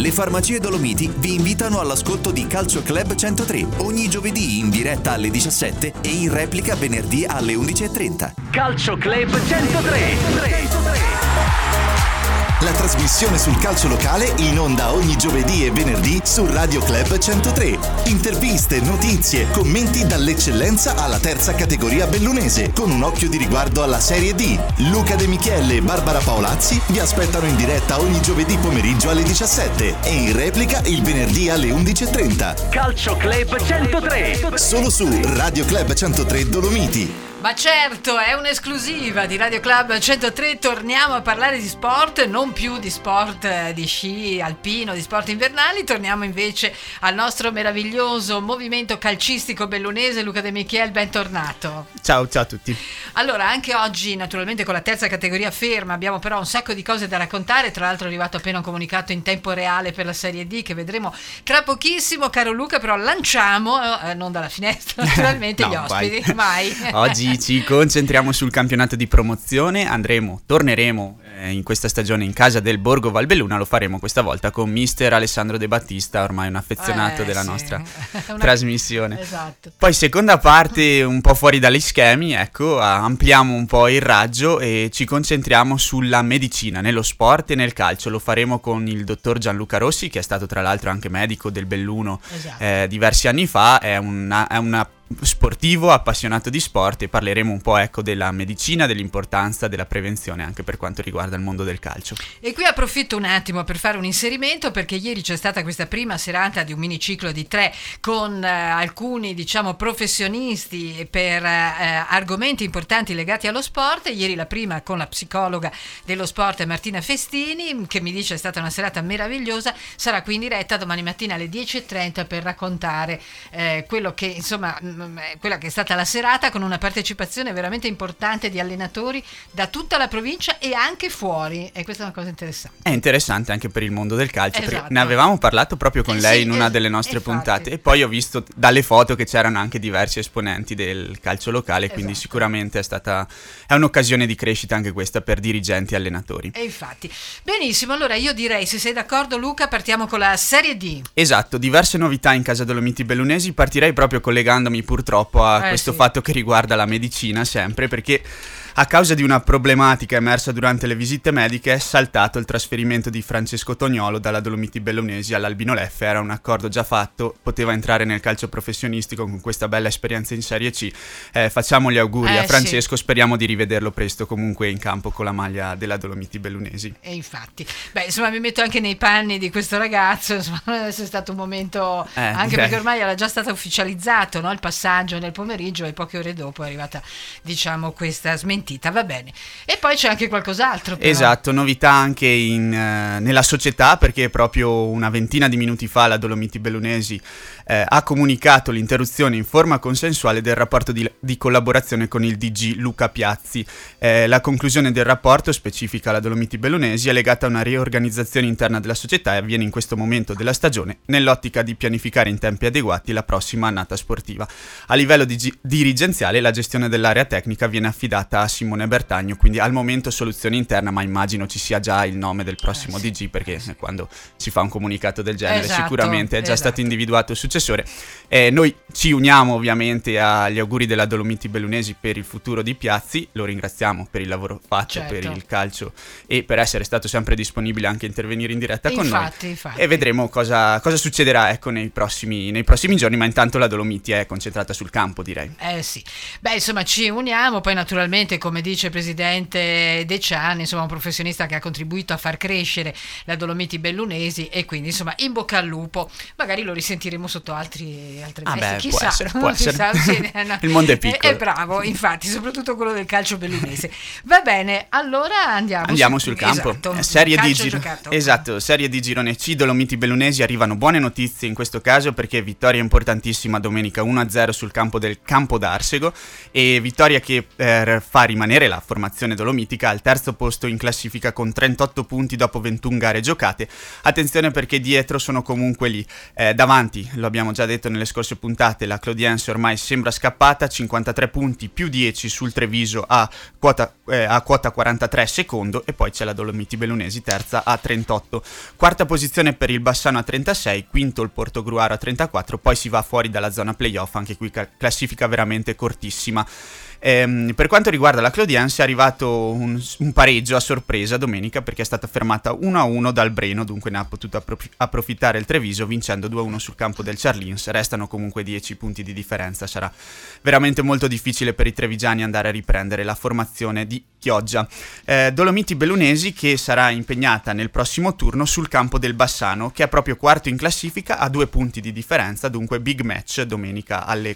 Le Farmacie Dolomiti vi invitano all'ascolto di Calcio Club 103 ogni giovedì in diretta alle 17 e in replica venerdì alle 11:30. Calcio Club 103. La trasmissione sul calcio locale in onda ogni giovedì e venerdì su Radio Club 103. Interviste, notizie, commenti dall'eccellenza alla terza categoria bellunese, con un occhio di riguardo alla Serie D. Luca De Michele e Barbara Paolazzi vi aspettano in diretta ogni giovedì pomeriggio alle 17 e in replica il venerdì alle 11:30. Calcio Club 103. Solo su Radio Club 103 Dolomiti. Ma certo, è un'esclusiva di Radio Club 103, torniamo a parlare di sport, non più di sport di sci alpino, di sport invernali, torniamo invece al nostro meraviglioso movimento calcistico bellunese. Luca De Michele, bentornato. Ciao a tutti. Allora, anche oggi naturalmente con la terza categoria ferma, abbiamo però un sacco di cose da raccontare, tra l'altro è arrivato appena un comunicato in tempo reale per la Serie D che vedremo tra pochissimo, caro Luca, però lanciamo, non dalla finestra naturalmente, no, gli ospiti, vai. Oggi ci concentriamo sul campionato di promozione, torneremo in questa stagione in casa del Borgo Valbelluna, lo faremo questa volta con mister Alessandro De Battista, ormai un affezionato della nostra trasmissione. Esatto. Poi seconda parte un po' fuori dagli schemi, ecco, ampliamo un po' il raggio e ci concentriamo sulla medicina, nello sport e nel calcio. Lo faremo con il dottor Gianluca Rossi, che è stato tra l'altro anche medico del Belluno diversi anni fa, è una sportivo, appassionato di sport, e parleremo un po' della medicina, dell'importanza della prevenzione anche per quanto riguarda il mondo del calcio. E qui approfitto un attimo per fare un inserimento, perché ieri c'è stata questa prima serata di un miniciclo di 3 con alcuni professionisti per argomenti importanti legati allo sport. Ieri la prima con la psicologa dello sport Martina Festini, che mi dice è stata una serata meravigliosa, sarà qui in diretta domani mattina alle 10:30 per raccontare quello che quella che è stata la serata, con una partecipazione veramente importante di allenatori da tutta la provincia e anche fuori, e questa è una cosa interessante. È interessante anche per il mondo del calcio, esatto. Perché ne avevamo parlato proprio con lei in una delle nostre puntate, e poi ho visto dalle foto che c'erano anche diversi esponenti del calcio locale, quindi sicuramente è un'occasione di crescita anche questa per dirigenti e allenatori. E infatti, benissimo, allora io direi, se sei d'accordo Luca, partiamo con la Serie D. Esatto, diverse novità in casa Dolomiti Bellunesi. Partirei proprio collegandomi purtroppo a questo fatto che riguarda la medicina, sempre perché a causa di una problematica emersa durante le visite mediche è saltato il trasferimento di Francesco Tognolo dalla Dolomiti Bellunesi all'Albino Leffe. Era un accordo già fatto, poteva entrare nel calcio professionistico con questa bella esperienza in Serie C. Facciamo gli auguri a Francesco, speriamo di rivederlo presto comunque in campo con la maglia della Dolomiti Bellunesi. E infatti, mi metto anche nei panni di questo ragazzo, è stato un momento, perché ormai era già stato ufficializzato, no? Il passaggio nel pomeriggio, e poche ore dopo è arrivata questa smentita. Va bene. E poi c'è anche qualcos'altro però. Esatto, novità anche nella società, perché proprio una ventina di minuti fa la Dolomiti Bellunesi ha comunicato l'interruzione in forma consensuale del rapporto di collaborazione con il DG Luca Piazzi. La conclusione del rapporto, specifica la Dolomiti Bellunesi, è legata a una riorganizzazione interna della società e avviene in questo momento della stagione nell'ottica di pianificare in tempi adeguati la prossima annata sportiva. A livello dirigenziale la gestione dell'area tecnica viene affidata a Simone Bertagno, quindi al momento soluzione interna, ma immagino ci sia già il nome del prossimo DG, perché quando si fa un comunicato del genere sicuramente è già stato individuato il successore. Noi ci uniamo ovviamente agli auguri della Dolomiti Bellunesi per il futuro di Piazzi, lo ringraziamo per il lavoro fatto, per il calcio e per essere stato sempre disponibile anche a intervenire in diretta con noi. E vedremo cosa succederà nei prossimi giorni, ma intanto la Dolomiti è concentrata sul campo, direi. Ci uniamo, poi naturalmente, come dice il presidente De Ciani, un professionista che ha contribuito a far crescere la Dolomiti Bellunesi, e quindi in bocca al lupo. Magari lo risentiremo sotto altre vesti, chissà, può essere. Il mondo è piccolo. È bravo, infatti, soprattutto quello del calcio bellunese. Va bene, allora andiamo sul campo. Serie D girone C, Dolomiti Bellunesi. Arrivano buone notizie in questo caso, perché vittoria importantissima domenica 1-0 sul campo del Campo d'Arsego, e vittoria che fa rimanere la formazione dolomitica al terzo posto in classifica con 38 punti dopo 21 gare giocate. Attenzione perché dietro sono comunque lì. Davanti, lo abbiamo già detto nelle scorse puntate, la Clodiense ormai sembra scappata, 53 punti più 10 sul Treviso a quota 43 secondo, e poi c'è la Dolomiti Bellunesi terza a 38. Quarta posizione per il Bassano a 36, quinto il Portogruaro a 34, poi si va fuori dalla zona playoff, anche qui classifica veramente cortissima. Per quanto riguarda la Clodiense è arrivato un pareggio a sorpresa domenica, perché è stata fermata 1-1 dal Breno, dunque ne ha potuto approfittare il Treviso vincendo 2-1 sul campo del Charlins. Restano comunque 10 punti di differenza, sarà veramente molto difficile per i trevigiani andare a riprendere la formazione di Chioggia. Dolomiti Bellunesi che sarà impegnata nel prossimo turno sul campo del Bassano, che è proprio quarto in classifica a 2 punti di differenza, dunque big match domenica alle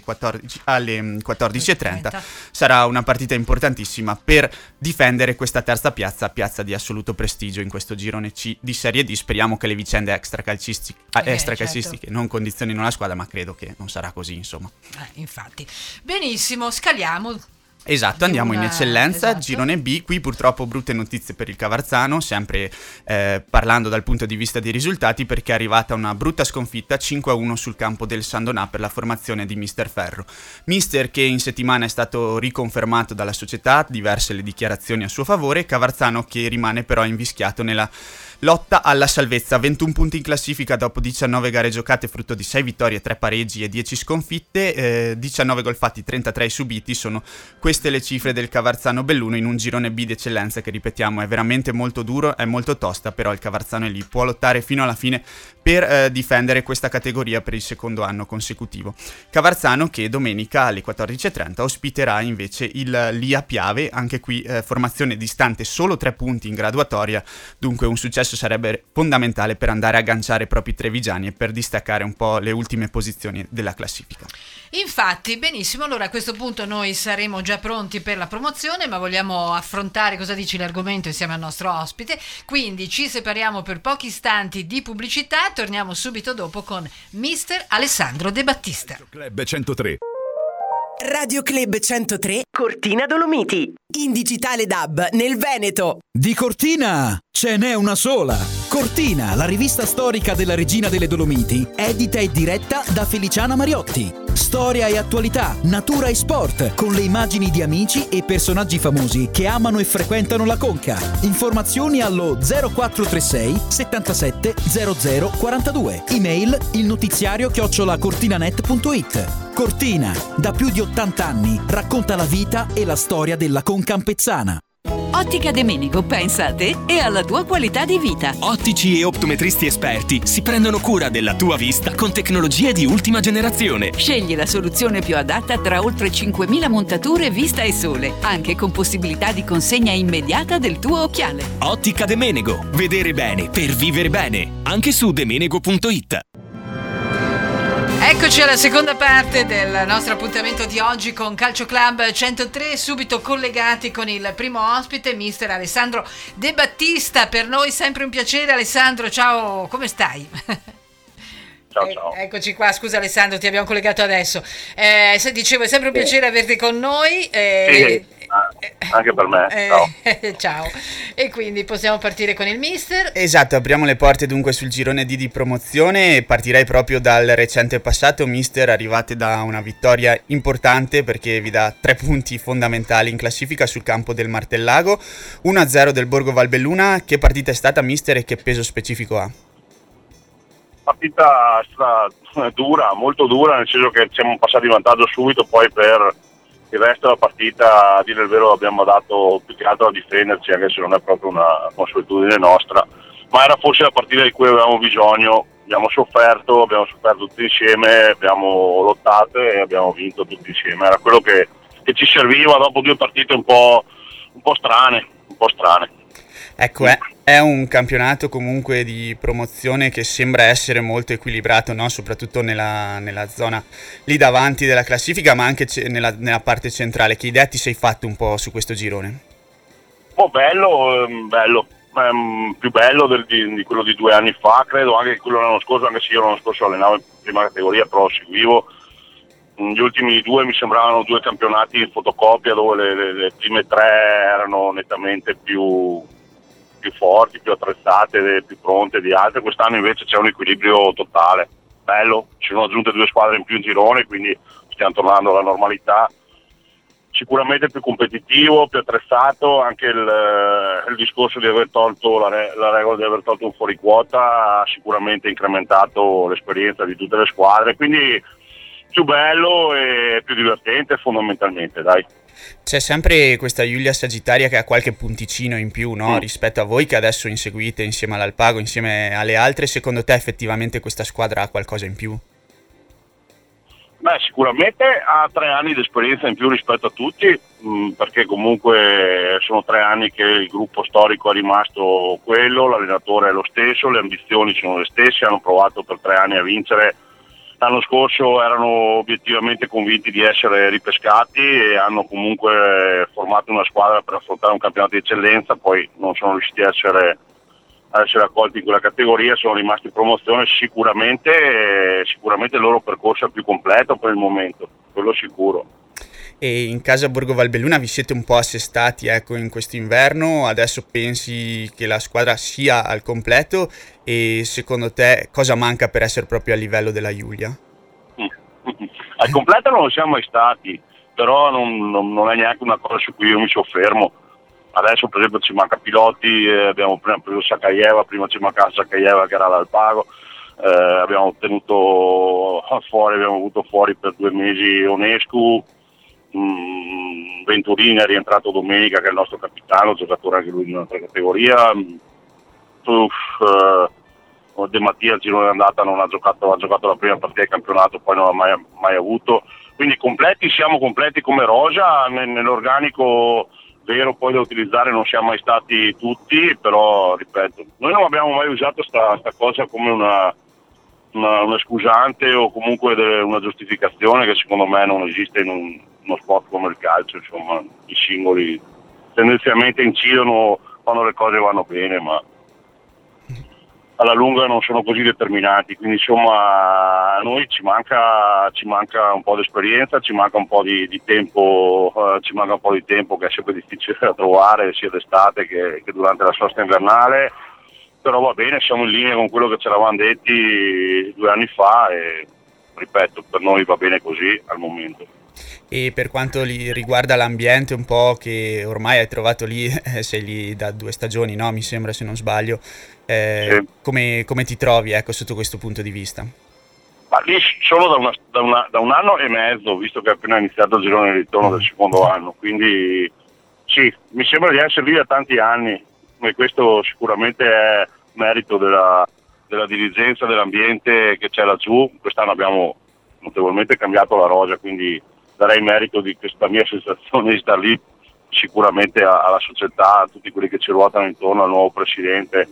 14:30. Sarà una partita importantissima per difendere questa terza piazza di assoluto prestigio in questo girone C di Serie D. Speriamo che le vicende extracalcistiche non condizionino la squadra, ma credo che non sarà così, insomma. Infatti. Benissimo, scaliamo. Esatto, andiamo in eccellenza, esatto. Girone B, qui purtroppo brutte notizie per il Cavarzano, sempre parlando dal punto di vista dei risultati, perché è arrivata una brutta sconfitta 5-1 sul campo del San Donà per la formazione di Mister Ferro. Mister che in settimana è stato riconfermato dalla società, diverse le dichiarazioni a suo favore, Cavarzano che rimane però invischiato nella lotta alla salvezza, 21 punti in classifica dopo 19 gare giocate, frutto di 6 vittorie, 3 pareggi e 10 sconfitte, 19 gol fatti, 33 subiti, sono queste le cifre del Cavarzano Belluno in un girone B d'eccellenza che, ripetiamo, è veramente molto duro, è molto tosta, però il Cavarzano è lì, può lottare fino alla fine per difendere questa categoria per il secondo anno consecutivo. Cavarzano che domenica alle 14:30 ospiterà invece il Lia Piave, anche qui formazione distante solo 3 punti in graduatoria, dunque un successo sarebbe fondamentale per andare a agganciare i propri trevigiani e per distaccare un po' le ultime posizioni della classifica. Infatti, benissimo, allora a questo punto noi saremo già pronti per la promozione, ma vogliamo affrontare, cosa dici, l'argomento insieme al nostro ospite, quindi ci separiamo per pochi istanti di pubblicità, torniamo subito dopo con Mister Alessandro De Battista. Club 103. Radio Club 103 Cortina Dolomiti. in digitale DAB nel Veneto. Di Cortina ce n'è una sola. Cortina, la rivista storica della Regina delle Dolomiti, edita e diretta da Feliciana Mariotti. Storia e attualità, natura e sport, con le immagini di amici e personaggi famosi che amano e frequentano la Conca. Informazioni allo 0436 77 00 42. Email ilnotiziario@cortinanet.it. Cortina, da più di 80 anni, racconta la vita e la storia della Conca ampezzana. Ottica De Menego pensa a te e alla tua qualità di vita. Ottici e optometristi esperti si prendono cura della tua vista con tecnologie di ultima generazione. Scegli la soluzione più adatta tra oltre 5.000 montature vista e sole, anche con possibilità di consegna immediata del tuo occhiale. Ottica De Menego. Vedere bene per vivere bene. Anche su demenego.it. Eccoci alla seconda parte del nostro appuntamento di oggi con Calcio Club 103, subito collegati con il primo ospite, mister Alessandro De Battista. Per noi sempre un piacere, Alessandro, ciao, come stai? Ciao. Eccoci qua, scusa Alessandro, ti abbiamo collegato adesso. Dicevo, è sempre un piacere averti con noi. Sì. Anche per me, ciao. Ciao. E quindi possiamo partire con il mister. Esatto, apriamo le porte dunque sul girone D di promozione e partirei proprio dal recente passato. Mister, arrivate da una vittoria importante perché vi dà 3 punti fondamentali in classifica sul campo del Martellago, 1-0 del Borgo Valbelluna. Che partita è stata, mister, e che peso specifico ha? Partita dura, molto dura, nel senso che siamo passati in vantaggio subito, poi per il resto della partita, a dire il vero, abbiamo dato più che altro a difenderci, anche se non è proprio una consuetudine nostra, ma era forse la partita di cui avevamo bisogno. Abbiamo sofferto tutti insieme, abbiamo lottato e abbiamo vinto tutti insieme. Era quello che ci serviva dopo 2 partite un po' strane. Ecco, è un campionato comunque di promozione che sembra essere molto equilibrato, no? Soprattutto nella zona lì davanti della classifica, ma anche nella parte centrale. Che idea ti sei fatto un po' su questo girone? Bello, più bello di quello di 2 anni fa, credo, anche quello l'anno scorso, anche se io l'anno scorso allenavo in prima categoria, però seguivo. Gli ultimi 2 mi sembravano 2 campionati in fotocopia, dove le prime 3 erano nettamente più forti, più attrezzate, più pronte di altre. Quest'anno invece c'è un equilibrio totale, bello, ci sono aggiunte 2 squadre in più in girone, quindi stiamo tornando alla normalità. Sicuramente più competitivo, più attrezzato, anche il discorso di aver tolto la regola di aver tolto un fuoriquota ha sicuramente incrementato l'esperienza di tutte le squadre, quindi più bello e più divertente fondamentalmente, dai. C'è sempre questa Giulia Sagittaria che ha qualche punticino in più, no? Rispetto a voi che adesso inseguite insieme all'Alpago, insieme alle altre. Secondo te effettivamente questa squadra ha qualcosa in più? Beh, sicuramente ha 3 anni di esperienza in più rispetto a tutti, perché comunque sono 3 anni che il gruppo storico è rimasto quello, l'allenatore è lo stesso, le ambizioni sono le stesse, hanno provato per 3 anni a vincere. L'anno scorso erano obiettivamente convinti di essere ripescati e hanno comunque formato una squadra per affrontare un campionato di eccellenza, poi non sono riusciti a essere accolti in quella categoria, sono rimasti in promozione. Sicuramente il loro percorso è più completo per il momento, quello sicuro. E in casa Borgo Valbelluna vi siete un po' assestati, ecco, in quest'inverno, adesso pensi che la squadra sia al completo e secondo te cosa manca per essere proprio a livello della Giulia? Al completo non lo siamo mai stati, però non è neanche una cosa su cui io mi soffermo. Adesso per esempio ci manca piloti, abbiamo preso Sakayeva, prima ci mancava Sakayeva che era l'Alpago, abbiamo avuto fuori per 2 mesi Onescu, Venturini è rientrato domenica che è il nostro capitano, giocatore anche lui in un'altra categoria. De Mattia il girone d'andata non ha giocato la prima partita del campionato, poi non l'ha mai avuto, quindi siamo completi come rosa. Nell'organico vero poi da utilizzare non siamo mai stati tutti, però ripeto, noi non abbiamo mai usato sta cosa come una scusante o comunque una giustificazione che secondo me non esiste in uno sport come il calcio. Insomma, i singoli tendenzialmente incidono quando le cose vanno bene, ma alla lunga non sono così determinati, quindi insomma a noi ci manca un po' di esperienza, ci manca un po' di tempo, che è sempre difficile da trovare sia d'estate che durante la sosta invernale, però va bene, siamo in linea con quello che ci eravamo detti 2 anni fa e ripeto, per noi va bene così al momento. E per quanto riguarda l'ambiente un po' che ormai hai trovato lì, sei lì da 2 stagioni, no? Mi sembra, se non sbaglio, sì. Come ti trovi, ecco, sotto questo punto di vista? Ma lì solo da un anno e mezzo, visto che è appena iniziato il girone di ritorno del secondo anno, quindi sì, mi sembra di essere lì da tanti anni e questo sicuramente è merito della dirigenza, dell'ambiente che c'è laggiù. Quest'anno abbiamo notevolmente cambiato la rosa, quindi darei merito di questa mia sensazione di star lì sicuramente alla società, a tutti quelli che ci ruotano intorno, al nuovo presidente,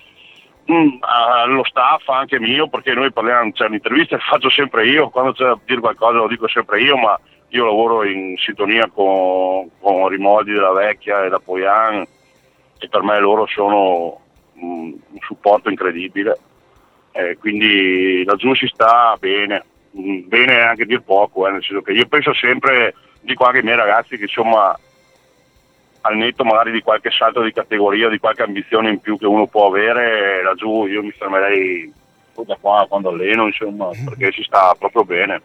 allo staff anche mio, perché noi parliamo, cioè l'intervista le faccio sempre io, quando c'è da dire qualcosa lo dico sempre io, ma io lavoro in sintonia con Rimoldi della Vecchia e da Poyan e per me loro sono un supporto incredibile, quindi laggiù si sta bene anche dir poco, nel senso che io penso sempre, dico anche ai miei ragazzi che insomma al netto magari di qualche salto di categoria, di qualche ambizione in più che uno può avere, laggiù io mi fermerei da qua quando alleno, insomma, perché ci sta proprio bene.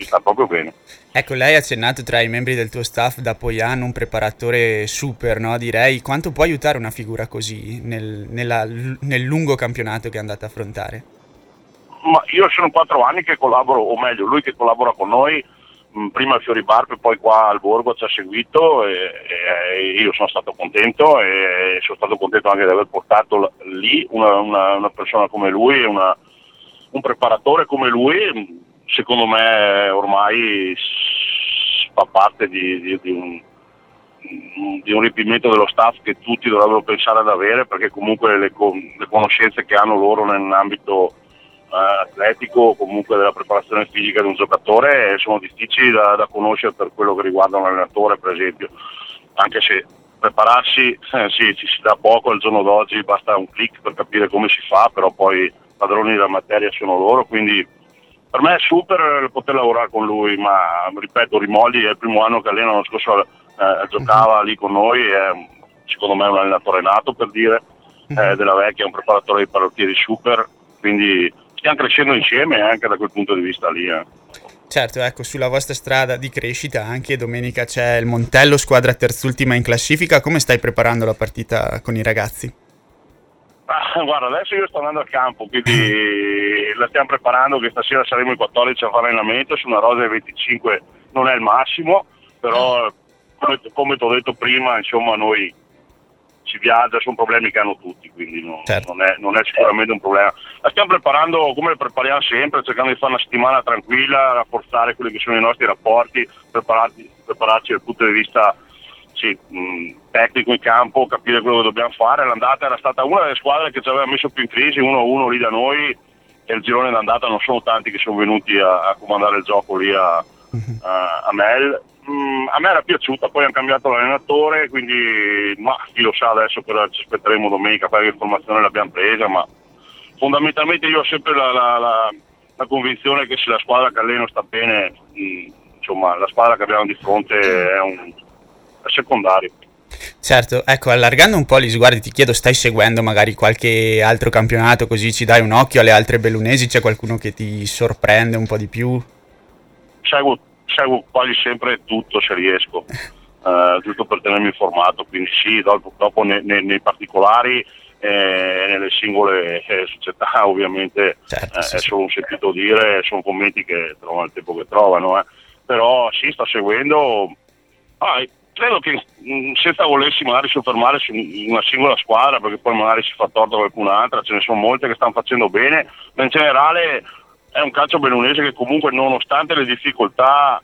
Ecco, lei ha accennato tra i membri del tuo staff da Poyan un preparatore super, no? Direi, quanto può aiutare una figura così nel lungo campionato che andate a affrontare? Ma io sono 4 anni che collaboro, o meglio lui che collabora con noi, prima al Fioribarpe, poi qua al Borgo ci ha seguito e io sono stato contento e sono stato contento anche di aver portato lì una persona come lui, un preparatore come lui. Secondo me ormai fa parte di un riempimento dello staff che tutti dovrebbero pensare ad avere, perché comunque le conoscenze che hanno loro nell'ambito atletico, comunque della preparazione fisica di un giocatore, sono difficili da conoscere per quello che riguarda un allenatore, per esempio, anche se prepararsi sì, ci si dà poco al giorno d'oggi, basta un click per capire come si fa, però poi padroni della materia sono loro, quindi per me è super poter lavorare con lui, ma ripeto, Rimoldi è il primo anno che allena, l'anno scorso giocava lì con noi, è secondo me un allenatore nato, per dire, della Vecchia, è un preparatore di parrucchieri super, quindi stiamo crescendo insieme anche da quel punto di vista lì. Certo, ecco, sulla vostra strada di crescita anche domenica c'è il Montello, squadra terzultima in classifica. Come stai preparando la partita con i ragazzi? Guarda, adesso io sto andando al campo, quindi la stiamo preparando, che stasera saremo in 14 a fare allenamento, su una rosa di 25 non è il massimo, però come ti ho detto prima, insomma, noi si viaggia, sono problemi che hanno tutti, quindi non è sicuramente un problema. La stiamo preparando come le prepariamo sempre, cercando di fare una settimana tranquilla, rafforzare quelli che sono i nostri rapporti, prepararci dal punto di vista tecnico in campo, capire quello che dobbiamo fare. L'andata era stata una delle squadre che ci aveva messo più in crisi, 1-1 lì da noi, e il girone d'andata non sono tanti che sono venuti a comandare il gioco lì a Mel. A me era piaciuta, poi hanno cambiato l'allenatore, quindi chi lo sa adesso, però ci aspetteremo domenica, qualche informazione l'abbiamo presa, ma fondamentalmente io ho sempre la convinzione che se la squadra che alleno sta bene, insomma la squadra che abbiamo di fronte è secondario. Certo, ecco, allargando un po' gli sguardi ti chiedo, stai seguendo magari qualche altro campionato, così ci dai un occhio alle altre bellunesi? C'è qualcuno che ti sorprende un po' di più? Seguo quasi sempre tutto se riesco, giusto per tenermi informato, quindi sì, dopo nei particolari e nelle singole società ovviamente certo, è solo un sentito dire, sono commenti che trovano il tempo che trovano, però sì, sto seguendo. Credo che senza volersi magari soffermare su una singola squadra, perché poi magari si fa torto a qualcun'altra, ce ne sono molte che stanno facendo bene, ma in generale è un calcio bellunese che comunque, nonostante le difficoltà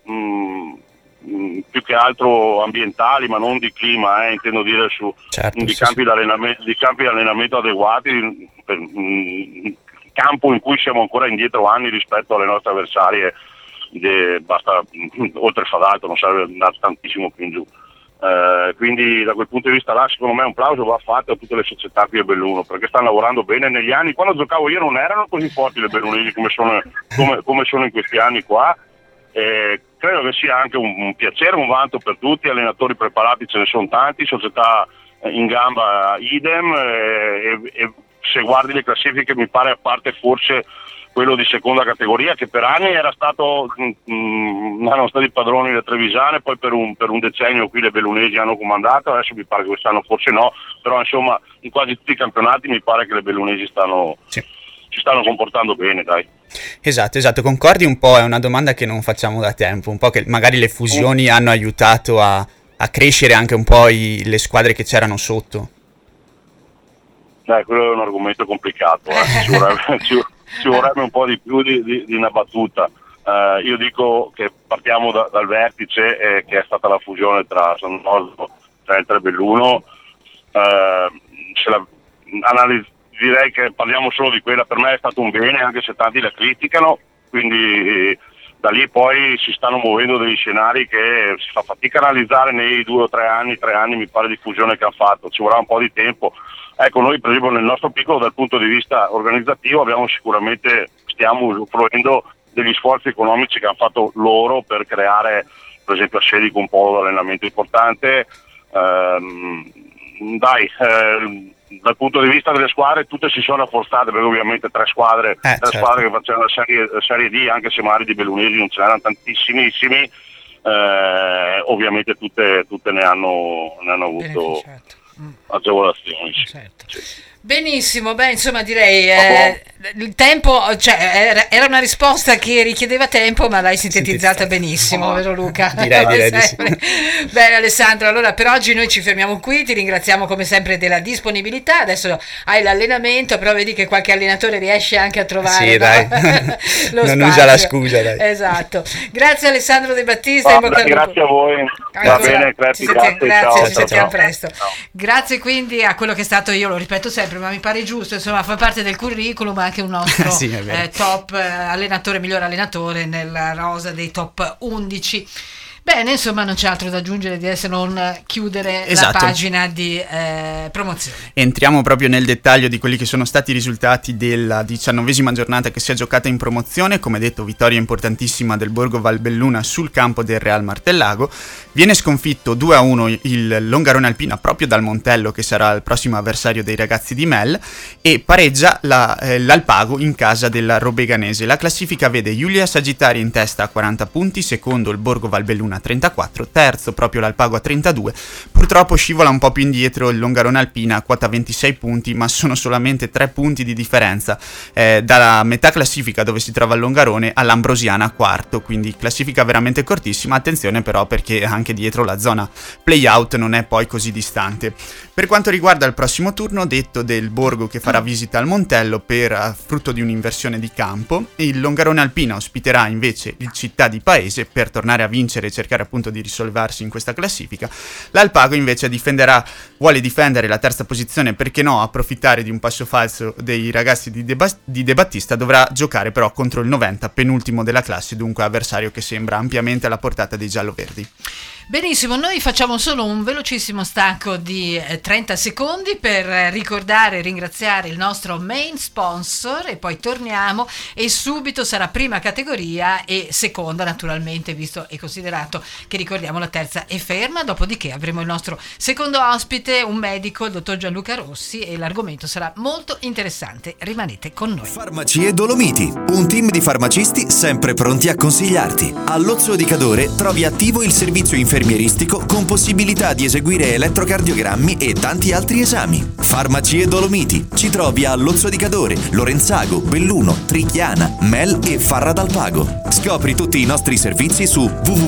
più che altro ambientali, ma non di clima, intendo dire di campi di allenamento adeguati, per campo in cui siamo ancora indietro anni rispetto alle nostre avversarie, basta oltre Fadalto, non serve andare tantissimo più in giù. Quindi da quel punto di vista là, secondo me un plauso va fatto a tutte le società qui a Belluno, perché stanno lavorando bene. Negli anni, quando giocavo io, non erano così forti le bellunesi come sono in questi anni qua. Credo che sia anche un piacere, un vanto per tutti. Allenatori preparati ce ne sono tanti, società in gamba idem, e se guardi le classifiche mi pare, a parte forse quello di seconda categoria, che per anni erano stati padroni le trevisane, poi per un decennio qui le bellunesi hanno comandato, adesso mi pare che quest'anno forse no, però insomma in quasi tutti i campionati mi pare che le bellunesi si stanno comportando bene, dai. Esatto, concordi un po', è una domanda che non facciamo da tempo, un po' che magari le fusioni hanno aiutato a crescere anche un po' le squadre che c'erano sotto. Quello è un argomento complicato, ci vorrebbe un po' di più di una battuta. Io dico che partiamo dal vertice, che è stata la fusione tra San Osmo e il Belluno. Direi che parliamo solo di quella, per me è stato un bene, anche se tanti la criticano, quindi da lì poi si stanno muovendo degli scenari che si fa fatica a analizzare nei 2 o 3 anni mi pare di fusione che hanno fatto, ci vorrà un po' di tempo. Ecco, noi per esempio nel nostro piccolo, dal punto di vista organizzativo, stiamo usufruendo degli sforzi economici che hanno fatto loro per creare per esempio a Selico un polo di allenamento importante. Dal punto di vista delle squadre tutte si sono rafforzate, perché ovviamente 3 squadre squadre che facevano la serie D, anche se magari di bellunesi non ce n'erano tantissimissimi, ovviamente tutte ne hanno avuto agevolazioni. Certo. Sì. Benissimo, insomma direi il tempo, era una risposta che richiedeva tempo, ma l'hai sintetizzata benissimo, vero Luca? Direi di sì. Bene Alessandro, allora per oggi noi ci fermiamo qui, ti ringraziamo come sempre della disponibilità, adesso hai l'allenamento, però vedi che qualche allenatore riesce anche a trovare lo non spazio. Usa la scusa, dai. Esatto, grazie Alessandro De Battista, grazie a voi, va bene, grazie, ci sentiamo presto. Grazie quindi a quello che è stato, io lo ripeto sempre, ma mi pare giusto, insomma fa parte del curriculum anche un nostro top miglior allenatore nella rosa dei top 11. Bene, insomma, non c'è altro da aggiungere di se non chiudere Esatto. la pagina di promozione. Entriamo proprio nel dettaglio di quelli che sono stati i risultati della 19ª giornata che si è giocata in promozione. Come detto, vittoria importantissima del Borgo Valbelluna sul campo del Real Martellago. Viene sconfitto 2-1 il Longarone Alpina proprio dal Montello, che sarà il prossimo avversario dei ragazzi di Mel, e pareggia l'Alpago in casa della Robeganese. La classifica vede Giulia Sagittari in testa a 40 punti, secondo il Borgo Valbelluna a 34, terzo proprio l'Alpago a 32. Purtroppo scivola un po' più indietro il Longarone Alpina a quota 26 punti, ma sono solamente 3 punti di differenza dalla metà classifica, dove si trova il Longarone, all'Ambrosiana quarto, quindi classifica veramente cortissima. Attenzione però, perché anche dietro la zona play-out non è poi così distante. Per quanto riguarda il prossimo turno, detto del Borgo che farà visita al Montello per frutto di un'inversione di campo, il Longarone Alpina ospiterà invece il Città di Paese per tornare a vincere e cercare appunto di risollevarsi in questa classifica. L'Alpago invece vuole difendere la terza posizione, perché no, approfittare di un passo falso dei ragazzi di De Battista. Dovrà giocare però contro il 90, penultimo della classe, dunque avversario che sembra ampiamente alla portata dei gialloverdi. Benissimo, noi facciamo solo un velocissimo stacco di 30 secondi per ricordare e ringraziare il nostro main sponsor e poi torniamo, e subito sarà prima categoria e seconda naturalmente, visto e considerato che ricordiamo la terza è ferma. Dopodiché avremo il nostro secondo ospite, un medico, il dottor Gianluca Rossi, e l'argomento sarà molto interessante. Rimanete con noi. Farmacie Dolomiti, un team di farmacisti sempre pronti a consigliarti. All'Ozzo di Cadore trovi attivo il servizio infermieristico con possibilità di eseguire elettrocardiogrammi e tanti altri esami. Farmacie Dolomiti, ci trovi a Lozzo di Cadore, Lorenzago, Belluno, Trichiana, Mel e Farra d'Alpago. Scopri tutti i nostri servizi su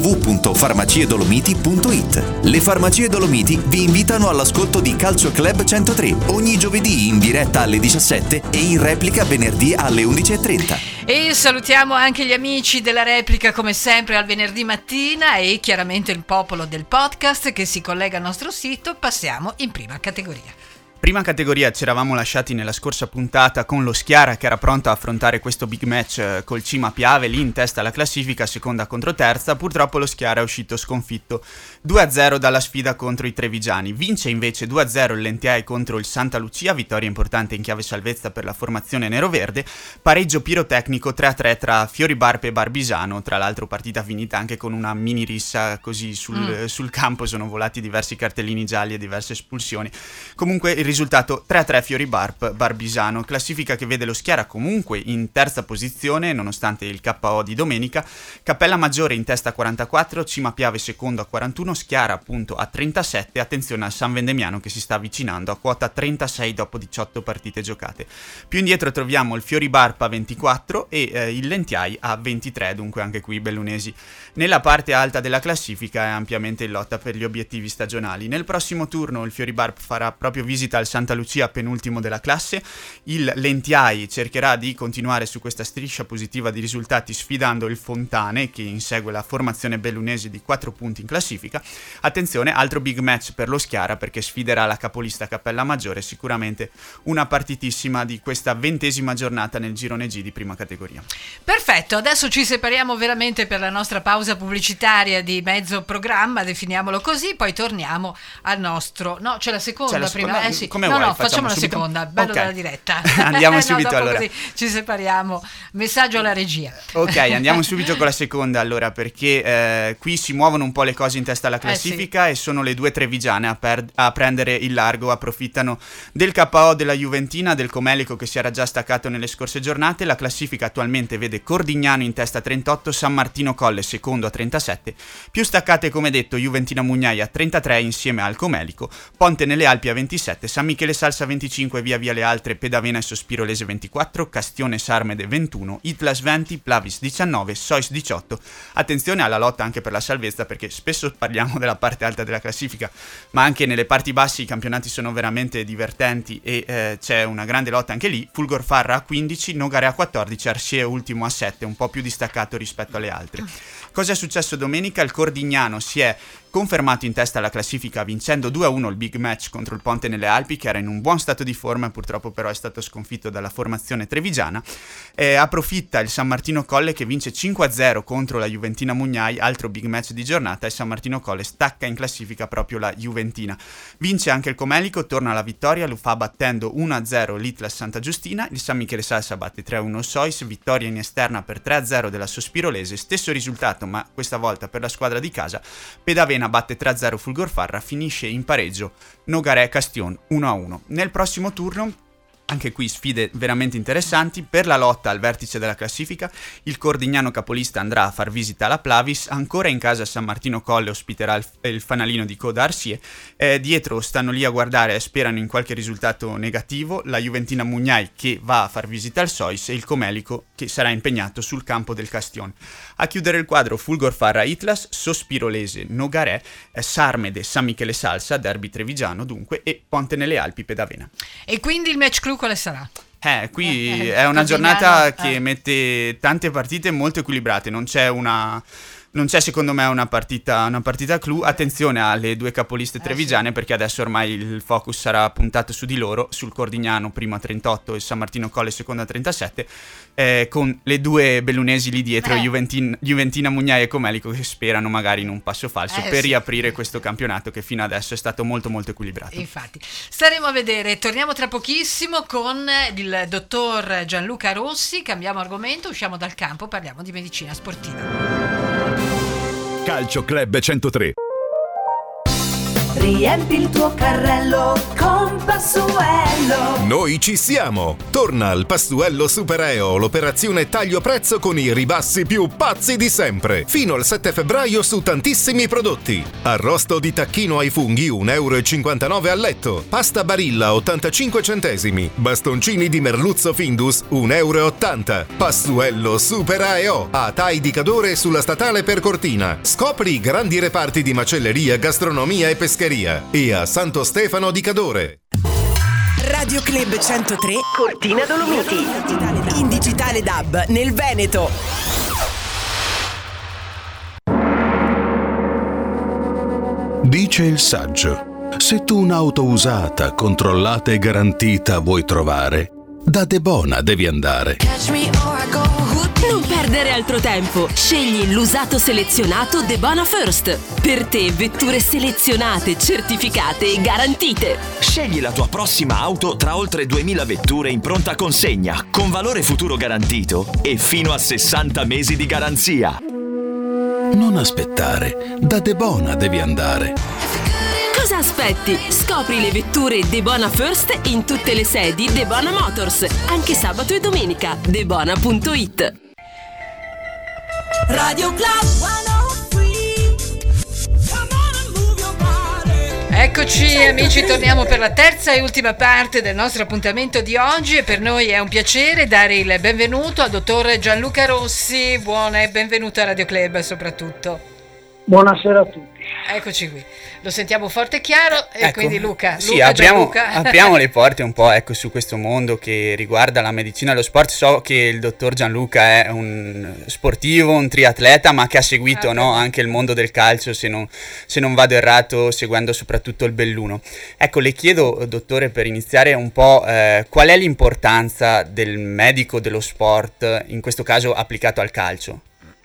www.farmaciedolomiti.it. Le Farmacie Dolomiti vi invitano all'ascolto di Calcio Club 103 ogni giovedì in diretta alle 17 e in replica venerdì alle 11:30. E salutiamo anche gli amici della replica, come sempre al venerdì mattina, e chiaramente il popolo del podcast che si collega al nostro sito. Passiamo in prima categoria. Prima categoria, ci eravamo lasciati nella scorsa puntata con lo Schiara che era pronto a affrontare questo big match col Cima Piave, lì in testa alla classifica, seconda contro terza. Purtroppo lo Schiara è uscito sconfitto 2-0 dalla sfida contro i trevigiani. Vince invece 2-0 il Lentiai contro il Santa Lucia, vittoria importante in chiave salvezza per la formazione neroverde. Pareggio pirotecnico 3-3 tra Fioribarpe e Barbisano, tra l'altro partita finita anche con una mini rissa così sul campo, sono volati diversi cartellini gialli e diverse espulsioni. Comunque il risultato 3-3 Barbisano, classifica che vede lo Schiara comunque in terza posizione nonostante il KO di domenica. Cappella Maggiore in testa a 44, Cima Piave secondo a 41, Schiara appunto a 37. Attenzione al San Vendemiano che si sta avvicinando a quota 36 dopo 18 partite giocate. Più indietro troviamo il Fioribarpa a 24 e il Lentiai a 23, dunque anche qui bellunesi nella parte alta della classifica e ampiamente in lotta per gli obiettivi stagionali. Nel prossimo turno il Fioribarpa farà proprio visita al Santa Lucia, penultimo della classe. Il Lentiai cercherà di continuare su questa striscia positiva di risultati sfidando il Fontane, che insegue la formazione bellunese di 4 punti in classifica. Attenzione, altro big match per lo Schiara, perché sfiderà la capolista Cappella Maggiore, sicuramente una partitissima di questa 20ª giornata nel girone G di prima categoria. Perfetto, adesso ci separiamo veramente per la nostra pausa pubblicitaria di mezzo programma, definiamolo così, poi torniamo al nostro... No, c'è la seconda prima? Sì. Come no, vuoi, facciamo la subito? seconda, bello Okay. della diretta. Andiamo subito dopo allora. Così ci separiamo. Messaggio alla regia. Ok, andiamo subito con la seconda allora, perché qui si muovono un po' le cose in testa alla classifica, e sono le due trevigiane a prendere il largo. Approfittano del KO della Juventina, del Comelico che si era già staccato nelle scorse giornate. La classifica attualmente vede Cordignano in testa a 38, San Martino Colle secondo a 37, più staccate come detto Juventina Mugnaia a 33 insieme al Comelico, Ponte nelle Alpi a 27, San Michele Salsa 25, via le altre Pedavena e Sospirolese 24, Castione Sarmede 21, Itlas 20, Plavis 19, Sois 18. Attenzione alla lotta anche per la salvezza, perché spesso parliamo della parte alta della classifica, ma anche nelle parti bassi i campionati sono veramente divertenti e c'è una grande lotta anche lì. Fulgor Farra a 15, Nogare a 14, Arsie ultimo a 7, un po' più distaccato rispetto alle altre. Cosa è successo domenica? Il Cordignano si è confermato in testa alla classifica vincendo 2-1 il big match contro il Ponte nelle Alpi, che era in un buon stato di forma e purtroppo però è stato sconfitto dalla formazione trevigiana. Approfitta il San Martino Colle che vince 5-0 contro la Juventina Mugnai, altro big match di giornata, e San Martino Colle stacca in classifica proprio la Juventina. Vince anche il Comelico, torna alla vittoria, lo fa battendo 1-0 l'Itlas Santa Giustina, il San Michele Salsa batte 3-1 il Sois, vittoria in esterna per 3-0 della Sospirolese, stesso risultato ma questa volta per la squadra di casa. Pedavena batte 3-0 Fulgorfarra, finisce in pareggio Nogaré Castion 1-1. Nel prossimo turno, anche qui sfide veramente interessanti. Per la lotta al vertice della classifica, il Cordignano capolista andrà a far visita alla Plavis, ancora in casa San Martino Colle ospiterà il fanalino di Coda Arsie, dietro stanno lì a guardare e sperano in qualche risultato negativo la Juventina Mugnai che va a far visita al Sois e il Comelico che sarà impegnato sul campo del Castion. A chiudere il quadro Fulgorfarra Itlas, Sospirolese Nogaré, Sarmede San Michele Salsa, derby trevigiano dunque, e Ponte nelle Alpi Pedavena. E quindi il match clou quale sarà? Qui è una giornata che mette tante partite molto equilibrate, non c'è secondo me una partita clou. Attenzione alle due capoliste trevigiane, perché adesso ormai il focus sarà puntato su di loro, sul Cordignano prima 38 e San Martino Colle seconda 37, con le due bellunesi lì dietro, Juventina Mugnai e Comelico, che sperano magari in un passo falso per riaprire questo campionato che fino adesso è stato molto molto equilibrato. Infatti staremo a vedere, torniamo tra pochissimo con il dottor Gianluca Rossi, cambiamo argomento, usciamo dal campo, parliamo di medicina sportiva. Calcio Club 103. Riempi il tuo carrello con Passuello. Noi ci siamo! Torna al Passuello Super EO l'operazione taglio prezzo con i ribassi più pazzi di sempre. Fino al 7 febbraio su tantissimi prodotti. Arrosto di tacchino ai funghi 1,59 € al letto. Pasta Barilla 85 centesimi. Bastoncini di merluzzo Findus 1,80 €. Passuello Super EO a Tai di Cadore sulla statale per Cortina. Scopri i grandi reparti di macelleria, gastronomia e pescheria. E a Santo Stefano di Cadore. Radio Club 103 Cortina Dolomiti. In digitale DAB nel Veneto. Dice il saggio: se tu un'auto usata, controllata e garantita vuoi trovare, da Debona devi andare. Non perdere altro tempo. Scegli l'usato selezionato Debona First. Per te vetture selezionate, certificate e garantite. Scegli la tua prossima auto tra oltre 2000 vetture in pronta consegna, con valore futuro garantito e fino a 60 mesi di garanzia. Non aspettare, da Debona devi andare. Cosa aspetti? Scopri le vetture Debona First in tutte le sedi Debona Motors, anche sabato e domenica. Debona.it. Radio Club 103. Eccoci amici, torniamo per la terza e ultima parte del nostro appuntamento di oggi e per noi è un piacere dare il benvenuto al dottor Gianluca Rossi. Buona e benvenuto a Radio Club soprattutto. Buonasera a tutti. Eccoci qui, lo sentiamo forte e chiaro e quindi Luca, apriamo le porte un po' su questo mondo che riguarda la medicina e lo sport. So che il dottor Gianluca è un sportivo, un triatleta, ma che ha seguito anche il mondo del calcio, se non vado errato, seguendo soprattutto il Belluno. Ecco, le chiedo, dottore, per iniziare un po' qual è l'importanza del medico dello sport, in questo caso applicato al calcio?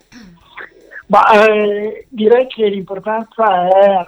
Direi che l'importanza è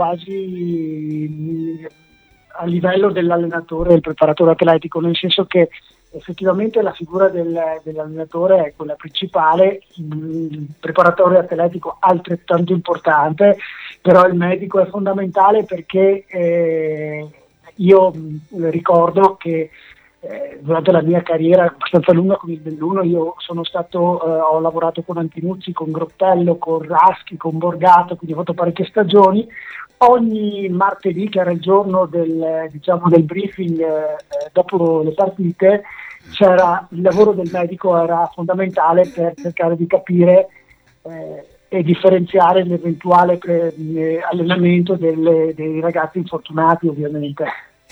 quasi a livello dell'allenatore e del preparatore atletico, nel senso che effettivamente la figura dell'allenatore è quella principale, il preparatore atletico altrettanto importante, però il medico è fondamentale perché io ricordo che durante la mia carriera abbastanza lunga con il Belluno io ho lavorato con Antinuzzi, con Grottello, con Raschi, con Borgato, quindi ho fatto parecchie stagioni. Ogni martedì, che era il giorno del briefing dopo le partite, il lavoro del medico era fondamentale per cercare di capire e differenziare l'eventuale allenamento dei ragazzi infortunati, ovviamente.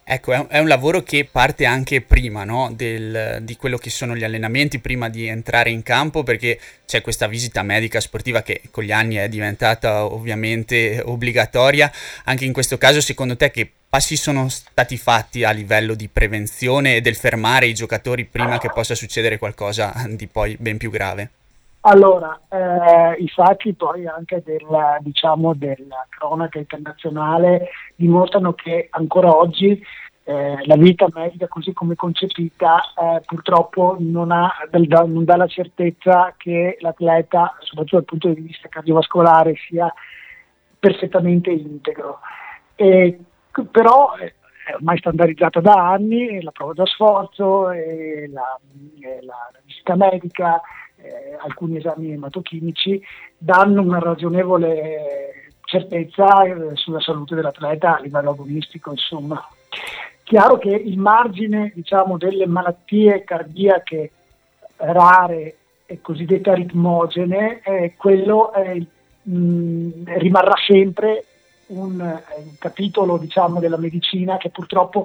Ecco, è un lavoro che parte anche prima, no? Di quello che sono gli allenamenti, prima di entrare in campo, perché c'è questa visita medica sportiva che con gli anni è diventata ovviamente obbligatoria. Anche in questo caso, secondo te, che passi sono stati fatti a livello di prevenzione e del fermare i giocatori prima che possa succedere qualcosa di poi ben più grave? Allora, i fatti poi anche della cronaca internazionale dimostrano che ancora oggi la vita medica così come concepita purtroppo non dà la certezza che l'atleta, soprattutto dal punto di vista cardiovascolare, sia perfettamente integro. Però è ormai standardizzata da anni la prova da sforzo, la visita medica, alcuni esami ematochimici danno una ragionevole certezza sulla salute dell'atleta a livello agonistico, insomma. Chiaro che il margine, delle malattie cardiache rare e cosiddette aritmogene, quello rimarrà sempre un capitolo, della medicina che purtroppo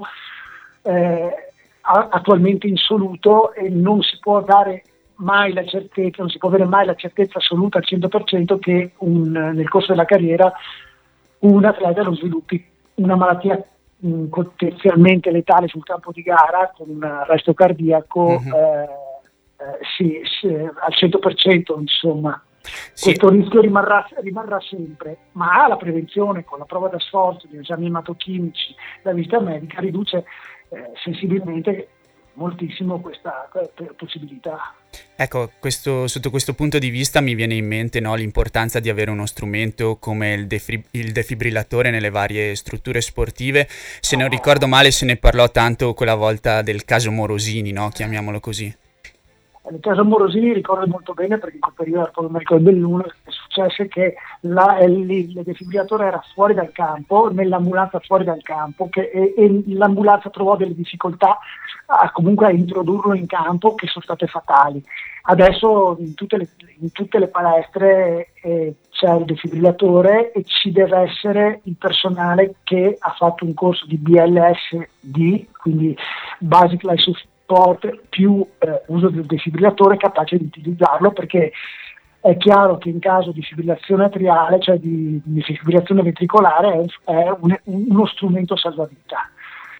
attualmente insoluto, e non si può dare mai la certezza, non si può avere mai la certezza assoluta al 100% che nel corso della carriera un atleta non sviluppi una malattia potenzialmente letale sul campo di gara con un arresto cardiaco al 100%, insomma. Sì. Questo rischio rimarrà sempre, ma la prevenzione con la prova da sforzo, gli esami ematochimici, la visita medica riduce sensibilmente moltissimo questa possibilità. Ecco, sotto questo punto di vista mi viene in mente, no, l'importanza di avere uno strumento come il defibrillatore nelle varie strutture sportive. Se non ricordo male, se ne parlò tanto quella volta del caso Morosini, no? Chiamiamolo così. Nel caso Morosini ricordo molto bene, perché in quel periodo con Michael Belluno è successo che il defibrillatore era fuori dal campo, nell'ambulanza fuori dal campo, e l'ambulanza trovò delle difficoltà comunque a introdurlo in campo, che sono state fatali. Adesso in tutte le palestre c'è il defibrillatore e ci deve essere il personale che ha fatto un corso di BLSD, quindi Basic Life Support, più uso del defibrillatore, capace di utilizzarlo, perché è chiaro che in caso di fibrillazione atriale, cioè di fibrillazione ventricolare, è uno strumento salvavita.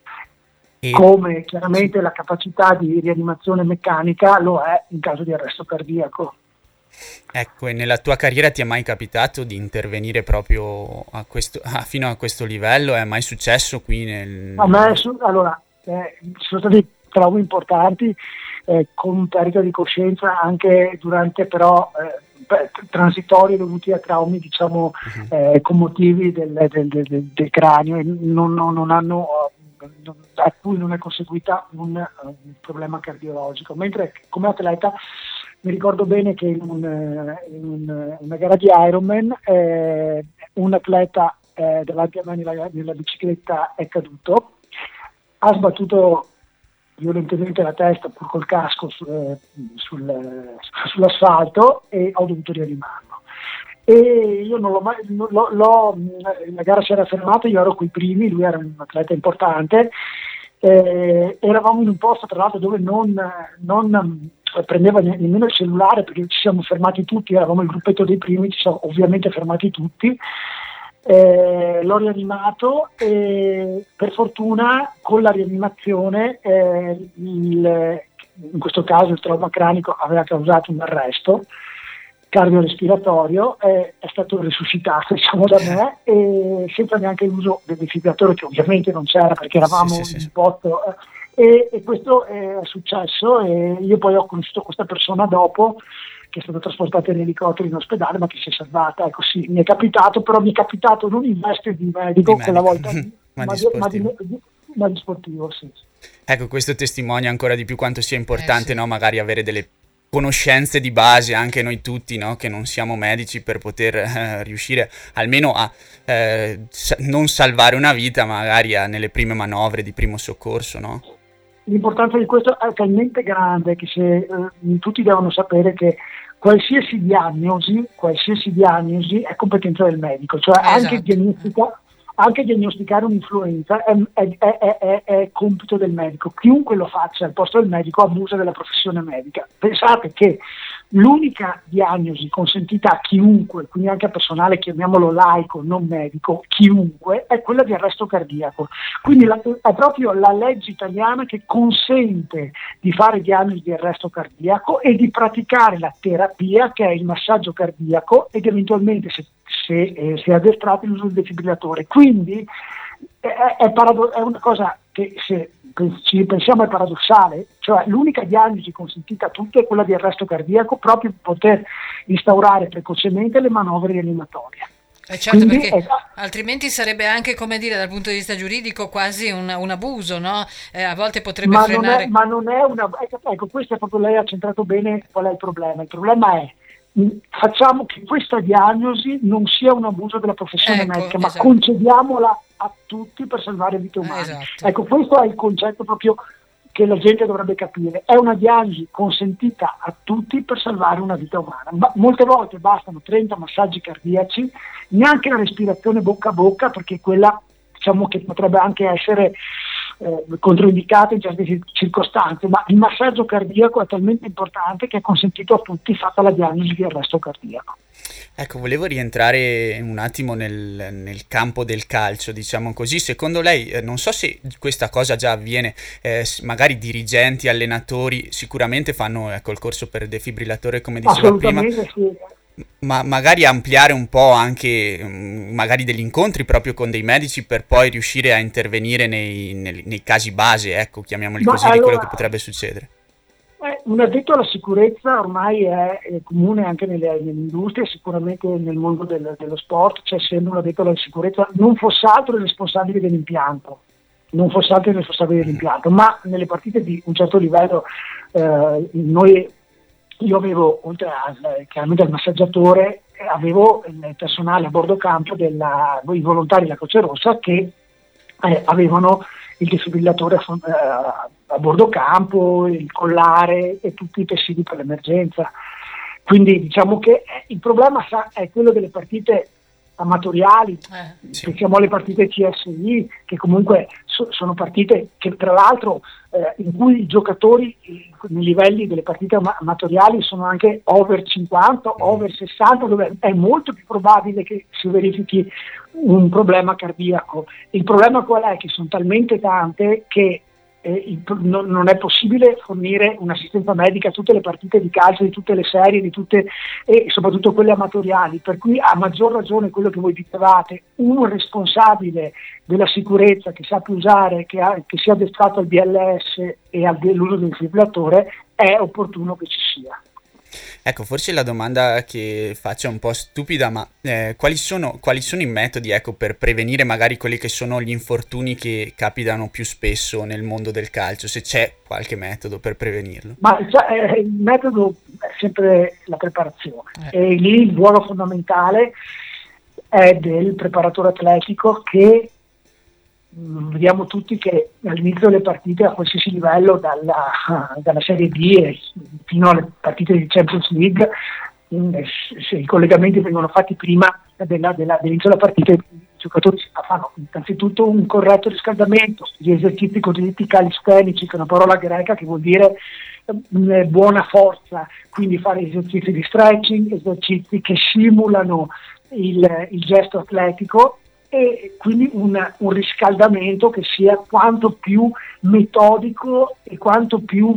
Come chiaramente la capacità di rianimazione meccanica lo è in caso di arresto cardiaco. Ecco, e nella tua carriera ti è mai capitato di intervenire proprio fino a questo livello? È mai successo qui A me, allora, ci sono stati traumi importanti con perdita di coscienza anche durante, però transitori dovuti a traumi commotivi del cranio, e non hanno a cui non è conseguita un problema cardiologico. Mentre come atleta mi ricordo bene che in una gara di Ironman un atleta davanti a me nella bicicletta è caduto, ha sbattuto violentemente la testa pur col casco sull'asfalto, e ho dovuto rianimarlo. E io non l'ho mai, la gara si era fermata, io ero coi primi, lui era un atleta importante, eravamo in un posto tra l'altro dove non prendeva nemmeno il cellulare, perché ci siamo fermati tutti, eravamo il gruppetto dei primi, ci siamo ovviamente fermati tutti. L'ho rianimato e per fortuna con la rianimazione in questo caso il trauma cranico aveva causato un arresto cardiorespiratorio, è stato resuscitato da me, e senza neanche l'uso del defibrillatore, che ovviamente non c'era perché eravamo in un posto, e questo è successo, e io poi ho conosciuto questa persona dopo, che è stata trasportata in elicottero in ospedale, ma che si è salvata. Ecco, sì, mi è capitato non in veste di medico quella volta, ma di sportivo, sì. Ecco, questo testimonia ancora di più quanto sia importante, no? Magari avere delle conoscenze di base, anche noi tutti, no? Che non siamo medici, per poter riuscire almeno a non salvare una vita, magari nelle prime manovre di primo soccorso, no? L'importanza di questo è talmente grande che tutti devono sapere che qualsiasi diagnosi è competenza del medico, cioè anche anche diagnosticare un'influenza è compito del medico. Chiunque lo faccia al posto del medico abusa della professione medica. Pensate che l'unica diagnosi consentita a chiunque, quindi anche a personale, chiamiamolo laico, non medico, chiunque, è quella di arresto cardiaco. Quindi è proprio la legge italiana che consente di fare diagnosi di arresto cardiaco e di praticare la terapia, che è il massaggio cardiaco, ed eventualmente se addestrati l'uso del defibrillatore. Quindi è una cosa che, se ci pensiamo, è paradossale, cioè l'unica diagnosi consentita a tutti è quella di arresto cardiaco, proprio per poter instaurare precocemente le manovre rianimatorie. Certo, Quindi, perché altrimenti sarebbe anche, come dire, dal punto di vista giuridico quasi un abuso, no? A volte potrebbe frenare. Non è una. Ecco, questo è proprio, lei ha centrato bene qual è il problema. Il problema è: facciamo che questa diagnosi non sia un abuso della professione medica, ma concediamola a tutti per salvare vite umane. Esatto. Ecco, questo è il concetto proprio che la gente dovrebbe capire. È una diagnosi consentita a tutti per salvare una vita umana. Molte volte bastano 30 massaggi cardiaci, neanche la respirazione bocca a bocca, perché quella, diciamo, che potrebbe anche essere controindicata in certe circostanze, ma il massaggio cardiaco è talmente importante che è consentito a tutti, fatta la diagnosi di arresto cardiaco. Ecco, volevo rientrare un attimo nel campo del calcio, diciamo così. Secondo lei, non so se questa cosa già avviene, magari dirigenti, allenatori sicuramente fanno, ecco, il corso per defibrillatore, come diceva prima. Sì. Ma magari ampliare un po' anche magari degli incontri proprio con dei medici, per poi riuscire a intervenire nei casi base, ecco, chiamiamoli così, di quello che potrebbe succedere. Un addetto alla sicurezza ormai è comune anche nelle industrie, sicuramente nel mondo dello sport c'è sempre un addetto alla sicurezza, non fosse altro il responsabile dell'impianto, ma nelle partite di un certo livello io avevo, oltre chiaramente al massaggiatore, avevo il personale a bordo campo, i volontari della Croce Rossa, che avevano il defibrillatore a bordo campo, il collare e tutti i presidi per l'emergenza. Quindi diciamo che il problema è quello delle partite amatoriali, pensiamo alle partite CSI, che comunque sono partite che tra l'altro in cui i giocatori nei livelli delle partite amatoriali sono anche over 50, over 60, dove è molto più probabile che si verifichi un problema cardiaco. Il problema qual è? Che sono talmente tante che non è possibile fornire un'assistenza medica a tutte le partite di calcio, di tutte le serie, e soprattutto quelle amatoriali, per cui a maggior ragione quello che voi dicevate, un responsabile della sicurezza che sappia usare, che sia addestrato al BLS e all'uso del defibrillatore, è opportuno che ci sia. Ecco, forse la domanda che faccio è un po' stupida, ma quali sono i metodi, ecco, per prevenire magari quelli che sono gli infortuni che capitano più spesso nel mondo del calcio, se c'è qualche metodo per prevenirlo? Ma il metodo è sempre la preparazione, e lì il ruolo fondamentale è del preparatore atletico, che vediamo tutti che all'inizio delle partite a qualsiasi livello, dalla Serie B fino alle partite di Champions League, se i collegamenti vengono fatti prima dell'inizio della partita, i giocatori fanno innanzitutto un corretto riscaldamento, gli esercizi cosiddetti calistenici, che è una parola greca che vuol dire buona forza, quindi fare esercizi di stretching, esercizi che simulano il gesto atletico, e quindi un riscaldamento che sia quanto più metodico e quanto più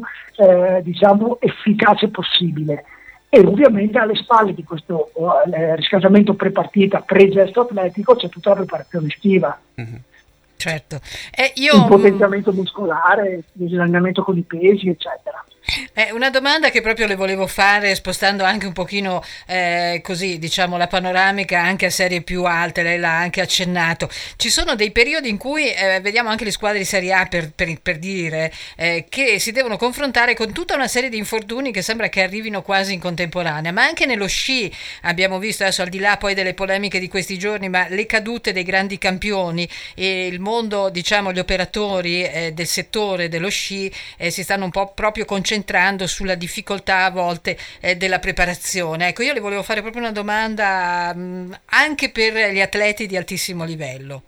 efficace possibile. E ovviamente alle spalle di questo riscaldamento pre-partita, pre-gesto atletico, c'è tutta la preparazione estiva. Mm-hmm. Certo. Il potenziamento muscolare, l'allenamento con i pesi, eccetera. Una domanda che proprio le volevo fare, spostando anche un pochino così, diciamo, la panoramica anche a serie più alte, lei l'ha anche accennato. Ci sono dei periodi in cui vediamo anche le squadre di Serie A, per dire, che si devono confrontare con tutta una serie di infortuni che sembra che arrivino quasi in contemporanea, ma anche nello sci abbiamo visto, adesso al di là poi delle polemiche di questi giorni, ma le cadute dei grandi campioni, e il mondo, diciamo, gli operatori del settore dello sci si stanno un po' proprio concentrando sulla difficoltà a volte della preparazione. Ecco, io le volevo fare proprio una domanda anche per gli atleti di altissimo livello.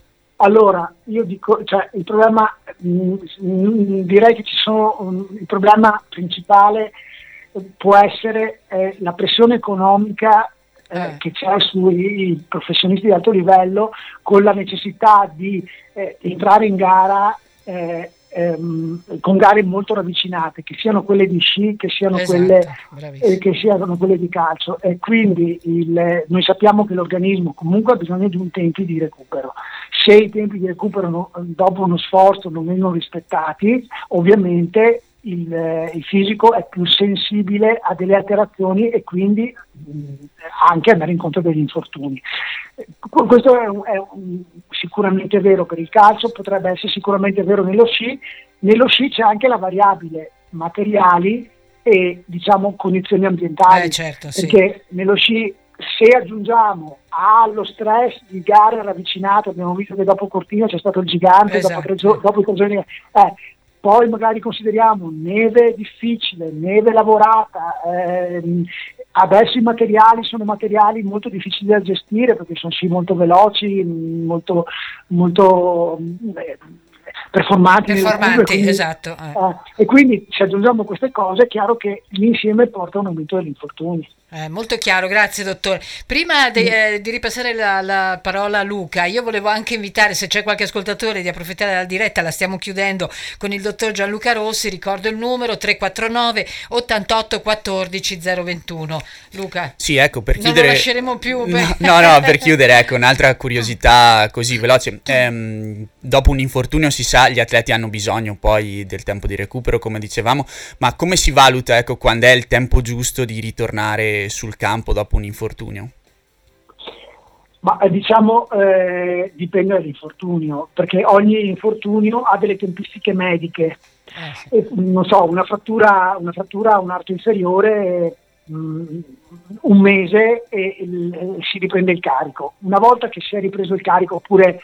Allora, io dico, cioè, il problema, direi che il problema principale può essere la pressione economica che c'è sui professionisti di alto livello, con la necessità di entrare in gara con gare molto ravvicinate, che siano quelle di sci, che siano quelle di calcio, e quindi noi sappiamo che l'organismo comunque ha bisogno di un tempo di recupero. Se i tempi di recupero dopo uno sforzo non vengono rispettati, ovviamente il fisico è più sensibile a delle alterazioni e quindi anche andare incontro degli infortuni. Questo è sicuramente vero per il calcio, potrebbe essere sicuramente vero nello sci. Nello sci c'è anche la variabile materiali e condizioni ambientali, perché nello sci, se aggiungiamo allo stress di gare ravvicinate, abbiamo visto che dopo Cortina c'è stato il gigante, dopo i 3 giorni, poi magari consideriamo neve difficile, neve lavorata, adesso i materiali sono materiali molto difficili da gestire perché sono sci molto veloci, molto performanti, quindi, esatto. E quindi se aggiungiamo queste cose è chiaro che l'insieme porta a un aumento degli infortuni. Molto chiaro, grazie dottore. Prima di ripassare la parola a Luca, io volevo anche invitare, se c'è qualche ascoltatore, di approfittare della diretta, la stiamo chiudendo con il dottor Gianluca Rossi. Ricordo il numero 349 88 14 021. Luca, sì, ecco, per chiudere, non lo lasceremo più no, per chiudere, ecco, un'altra curiosità così veloce. Dopo un infortunio, si sa, gli atleti hanno bisogno poi del tempo di recupero, come dicevamo, ma come si valuta, ecco, quando è il tempo giusto di ritornare sul campo dopo un infortunio? Ma dipende dall'infortunio, perché ogni infortunio ha delle tempistiche mediche. Non so, una frattura a un arto inferiore, un mese e si riprende il carico. Una volta che si è ripreso il carico, oppure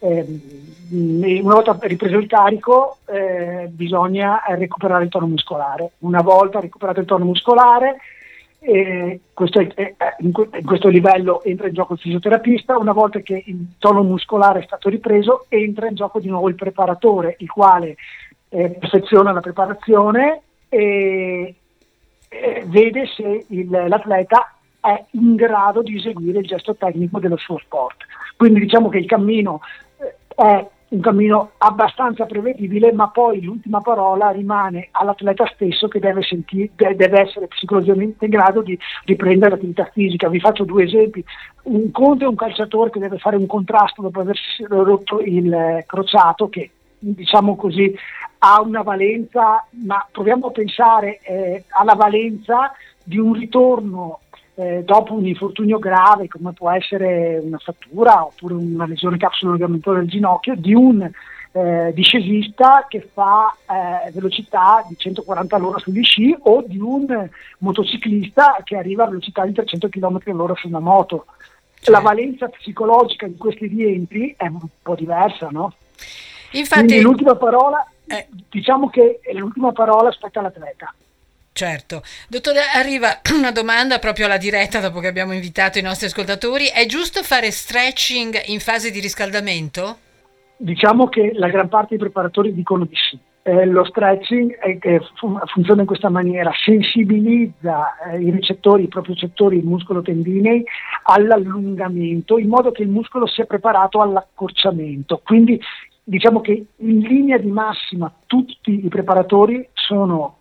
una volta ripreso il carico, bisogna recuperare il tono muscolare. Una volta recuperato il tono muscolare, in questo livello entra in gioco il fisioterapista. Una volta che il tono muscolare è stato ripreso, entra in gioco di nuovo il preparatore, il quale perfeziona la preparazione e vede se l'atleta è in grado di eseguire il gesto tecnico dello suo sport. Quindi diciamo che il cammino è un cammino abbastanza prevedibile, ma poi l'ultima parola rimane all'atleta stesso, che deve essere psicologicamente in grado di riprendere l'attività fisica. Vi faccio 2 esempi. Un conto è un calciatore che deve fare un contrasto dopo aversi rotto il crociato, che diciamo così ha una valenza, ma proviamo a pensare alla valenza di un ritorno dopo un infortunio grave, come può essere una frattura oppure una lesione capsula legamentare del ginocchio, di un discesista che fa velocità di 140 all'ora sugli sci, o di un motociclista che arriva a velocità di 300 km all'ora su una moto. La valenza psicologica di questi rientri è un po' diversa, no? Infatti, quindi l'ultima parola, diciamo che l'ultima parola spetta all'atleta. Certo. Dottore, arriva una domanda proprio alla diretta dopo che abbiamo invitato i nostri ascoltatori. È giusto fare stretching in fase di riscaldamento? Diciamo che la gran parte dei preparatori dicono di sì. Lo stretching funziona in questa maniera: sensibilizza i propriocettori muscolo-tendinei all'allungamento, in modo che il muscolo sia preparato all'accorciamento. Quindi diciamo che in linea di massima tutti i preparatori sono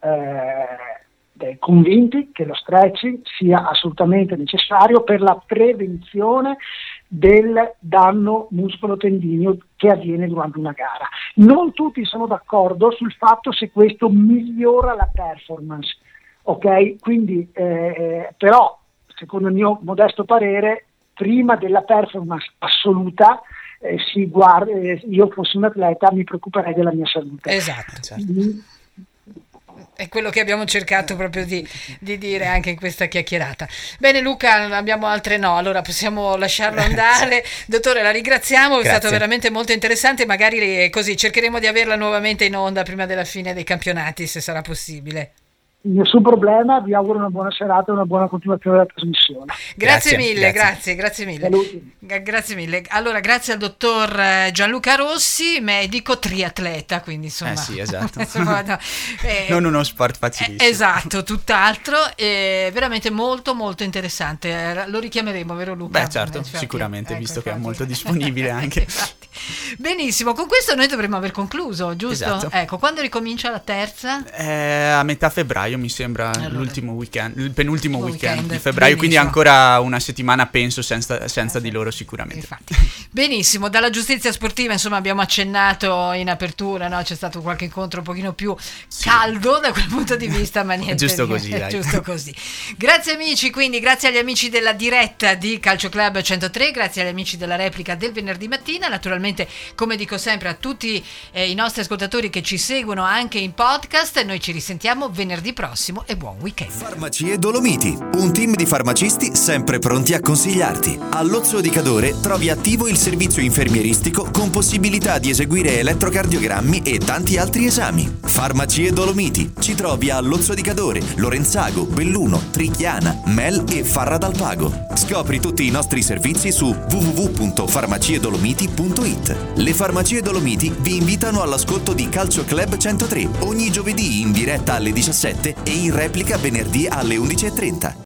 convinti che lo stretching sia assolutamente necessario per la prevenzione del danno muscolo-tendineo che avviene durante una gara. Non tutti sono d'accordo sul fatto se questo migliora la performance, ok? Quindi però, secondo il mio modesto parere, prima della performance assoluta, io fossi un atleta, mi preoccuperei della mia salute. Esatto, certo. È quello che abbiamo cercato proprio di dire anche in questa chiacchierata. Bene Luca, non abbiamo altre allora possiamo lasciarlo andare. Dottore, la ringraziamo, è stato veramente molto interessante. Magari così cercheremo di averla nuovamente in onda prima della fine dei campionati, se sarà possibile. nessun problema, vi auguro una buona serata e una buona continuazione della trasmissione. Grazie mille. Grazie mille. Allora, grazie al dottor Gianluca Rossi, medico triatleta, quindi insomma... sì, esatto. insomma, no, non uno sport facilissimo. Esatto, tutt'altro, veramente molto molto interessante. Lo richiameremo, vero Luca? Beh, certo, sicuramente, visto che è molto disponibile anche. Infatti. Benissimo, con questo noi dovremmo aver concluso, giusto? Esatto. Ecco, quando ricomincia la terza? A metà febbraio mi sembra, l'ultimo weekend, il penultimo weekend di febbraio, benissimo. quindi ancora una settimana penso senza di loro sicuramente. Infatti. Benissimo, dalla giustizia sportiva insomma abbiamo accennato in apertura, no? C'è stato qualche incontro un pochino più caldo da quel punto di vista, ma niente. Giusto così, dai. Giusto così. Grazie amici, quindi grazie agli amici della diretta di Calcio Club 103, grazie agli amici della replica del venerdì mattina, naturalmente come dico sempre a tutti i nostri ascoltatori che ci seguono anche in podcast, noi ci risentiamo venerdì prossimo e buon weekend. Farmacie Dolomiti, un team di farmacisti sempre pronti a consigliarti. All'Ozzo di Cadore trovi attivo il servizio infermieristico con possibilità di eseguire elettrocardiogrammi e tanti altri esami. Farmacie Dolomiti, ci trovi a Lozzo di Cadore, Lorenzago, Belluno, Trichiana, Mel e Farra dal Pago. Scopri tutti i nostri servizi su www.farmaciedolomiti.it. Le Farmacie Dolomiti vi invitano all'ascolto di Calcio Club 103 ogni giovedì in diretta alle 17 e in replica venerdì alle 11:30.